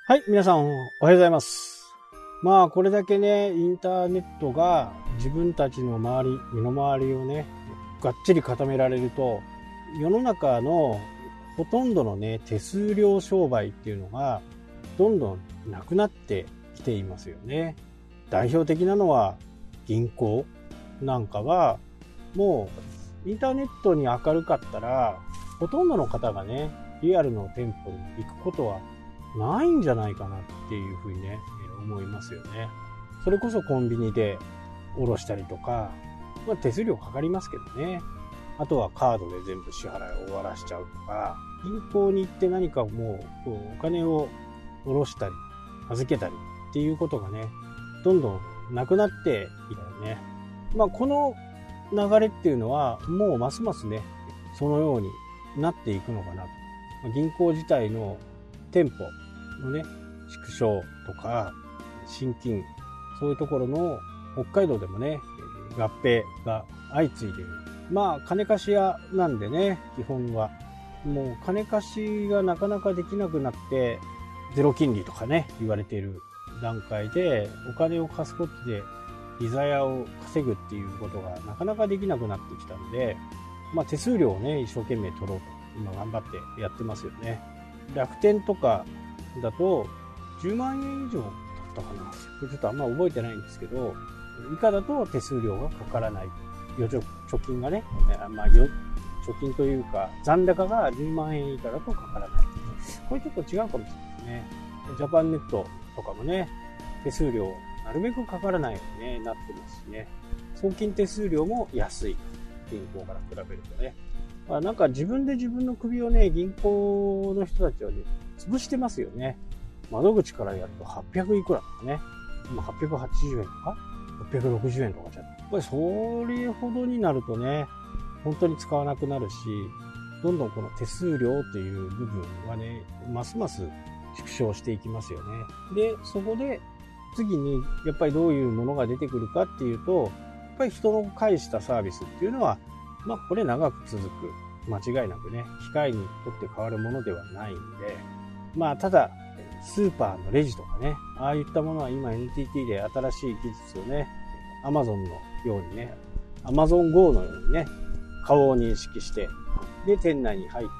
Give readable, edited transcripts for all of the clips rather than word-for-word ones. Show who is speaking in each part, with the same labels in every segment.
Speaker 1: はい、皆さんおはようございます。まあこれだけね、インターネットが自分たちの周り、身の回りをね、がっちり固められると、世の中のほとんどのね、手数料商売っていうのがどんどんなくなってきていますよね。代表的なのは銀行なんかは、もうインターネットに明るかったら、ほとんどの方がね、リアルの店舗に行くことはないんじゃないかなっていうふうにね、思いますよね。それこそコンビニでおろしたりとか、まあ、手数料かかりますけどね。あとはカードで全部支払いを終わらしちゃうとか、銀行に行って何かもうお金を下ろしたり預けたりっていうことがね、どんどんなくなっていたよね。まあこの流れっていうのはもうますますね、そのようになっていくのかなと。銀行自体の店舗のね、縮小とか新金、そういうところの北海道でもね、合併が相次いでいる。まあ金貸し屋なんでね、基本はもう金貸しがなかなかできなくなってゼロ金利とかね言われている段階で、お金を貸すことで利ざやを稼ぐっていうことがなかなかできなくなってきたので、まあ手数料をね一生懸命取ろうと今頑張ってやってますよね。楽天とかだと10万円以上だったかな、ちょっとあんま覚えてないんですけど、以下だと手数料がかからない。貯金がね、まあ貯金というか残高が10万円以下だとかからない。これちょっと違うかもしれないですね。ジャパンネットとかもね、手数料なるべくかからないように、ね、なってますしね。送金手数料も安い。銀行から比べるとね。まあ、なんか自分で自分の首をね、銀行の人たちはね、潰してますよね。窓口からやると800いくらとかね。今880円とか660円とかじゃ、やっぱりそれほどになるとね、本当に使わなくなるし、どんどんこの手数料という部分はね、ますます縮小していきますよね。で、そこで次にやっぱりどういうものが出てくるかっていうと、やっぱり人の介したサービスっていうのは、まあこれ長く続く。間違いなくね、機械にとって変わるものではないんで、まあただ、スーパーのレジとかね、ああいったものは今 NTT で新しい技術をね、Amazon のようにね、Amazon Go のようにね、顔を認識して、で、店内に入って、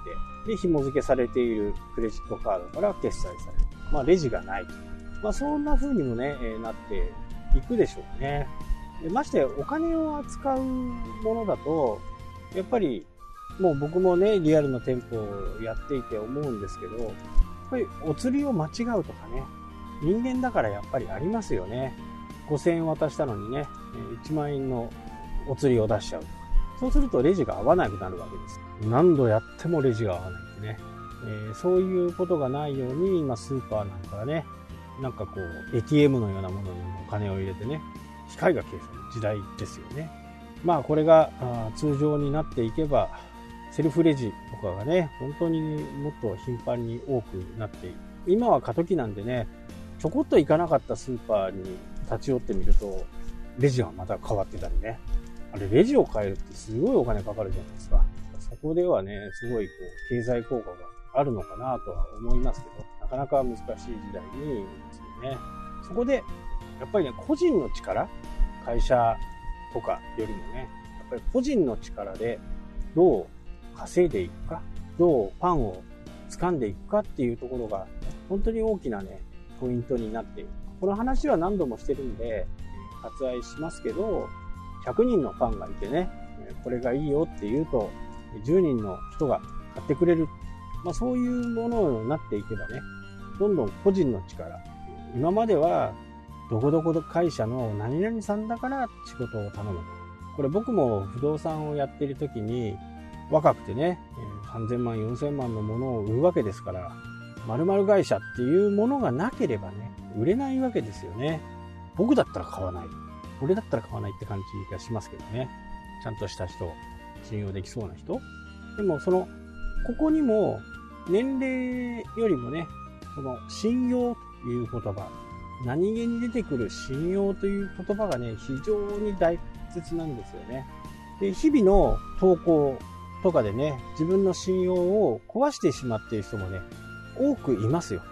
Speaker 1: で、紐付けされているクレジットカードから決済される。まあレジがないと。まあそんな風にもね、なっていくでしょうね。でましてお金を扱うものだと、やっぱりもう僕もね、リアルな店舗をやっていて思うんですけど、やっぱりお釣りを間違うとかね、人間だからやっぱりありますよね。5000円渡したのにね、1万円のお釣りを出しちゃうとか。そうするとレジが合わなくなるわけです。何度やってもレジが合わないってね。そういうことがないように、今スーパーなんかはね、なんかこう ATM のようなものにお金を入れてね、機械が計算する時代ですよね。まあこれが通常になっていけば、セルフレジとかがね、本当にもっと頻繁に多くなっている。今は過渡期なんでね、ちょこっと行かなかったスーパーに立ち寄ってみると、レジがまた変わってたりね。あれ、レジを変えるってすごいお金かかるじゃないですか。そこではね、すごいこう経済効果があるのかなとは思いますけど、なかなか難しい時代にですよね。そこで、やっぱりね、個人の力、会社とかよりもね、やっぱり個人の力でどう稼いでいくか、どうファンを掴んでいくかっていうところが本当に大きなね、ポイントになっている。この話は何度もしてるんで割愛しますけど、100人のファンがいてね、これがいいよって言うと10人の人が買ってくれる。まあそういうものになっていけばね、どんどん個人の力、今まではどこどこの会社の何々さんだから仕事を頼む。これ僕も不動産をやっている時に、若くてね、3000万、4000万のものを売るわけですから、〇〇会社っていうものがなければね、売れないわけですよね。僕だったら買わない。俺だったら買わないって感じがしますけどね。ちゃんとした人、信用できそうな人。でもここにも年齢よりもね、その信用という言葉、何気に出てくる信用という言葉がね、非常に大切なんですよね。で、日々の投稿とかでね、自分の信用を壊してしまっている人もね、多くいますよ。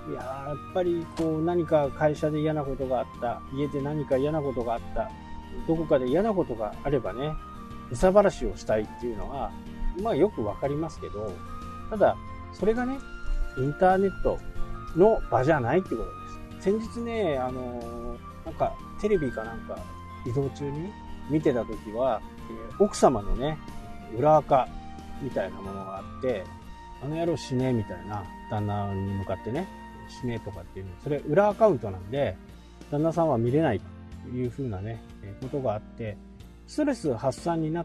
Speaker 1: いややっぱりこう何か会社で嫌なことがあった、家で何か嫌なことがあった、どこかで嫌なことがあればね、憂さ晴らしをしたいっていうのは、まあよくわかりますけど、ただ、それがね、インターネットの場じゃないってことです。先日ね、なんかテレビかなんか移動中に見てた時は、奥様のね、裏垢みたいなものがあって、あの野郎死ねみたいな旦那に向かってね、死ねとかっていうの、それ裏アカウントなんで、旦那さんは見れないという風なね、ことがあって、ストレス発散になって、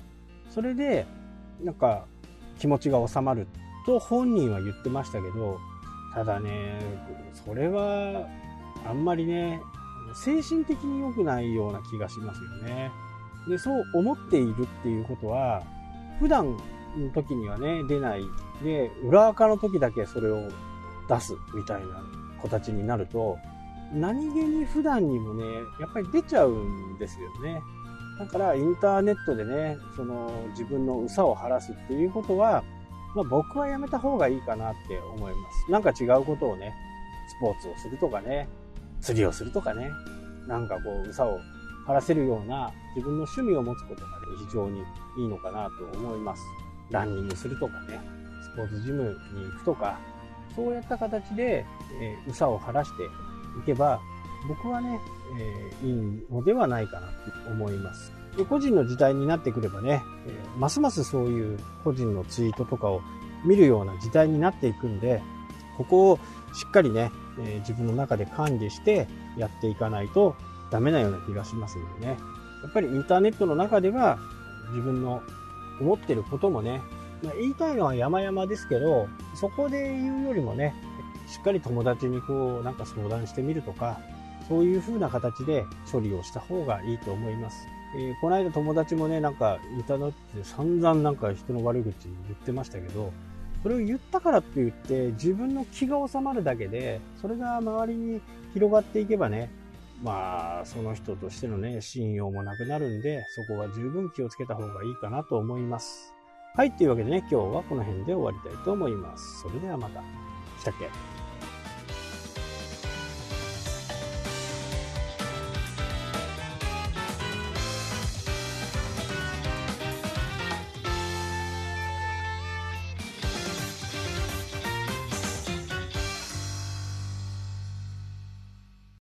Speaker 1: それで、なんか気持ちが収まると本人は言ってましたけど、ただね、それはあんまりね、精神的に良くないような気がしますよね。で、そう思っているっていうことは、普段の時にはね、出ない。で、裏垢の時だけそれを出すみたいな形になると、何気に普段にもね、やっぱり出ちゃうんですよね。だからインターネットでね、その自分の憂さを晴らすっていうことは、まあ僕はやめた方がいいかなって思います。なんか違うことをね、スポーツをするとかね、釣りをするとかね、なんかこう憂さを晴らせるような自分の趣味を持つことが、ね、非常にいいのかなと思います。ランニングするとかね、スポーツジムに行くとか、そうやった形で憂さを晴らしていけば、僕はね、いいのではないかなと思います。で、個人の時代になってくればね、ますますそういう個人のツイートとかを見るような時代になっていくんで、ここをしっかりね、自分の中で管理してやっていかないとダメなような気がしますのでね。やっぱりインターネットの中では自分の思ってることもね、言いたいのは山々ですけど、そこで言うよりもね、しっかり友達にこうなんか相談してみるとか、そういう風な形で処理をした方がいいと思います。この間友達もね、なんかインターネットで散々なんか人の悪口言ってましたけど、それを言ったからって言って自分の気が収まるだけで、それが周りに広がっていけばね、まあその人としてのね、信用もなくなるんで、そこは十分気をつけた方がいいかなと思います。はい、というわけでね、今日はこの辺で終わりたいと思います。それではまた。したっけ？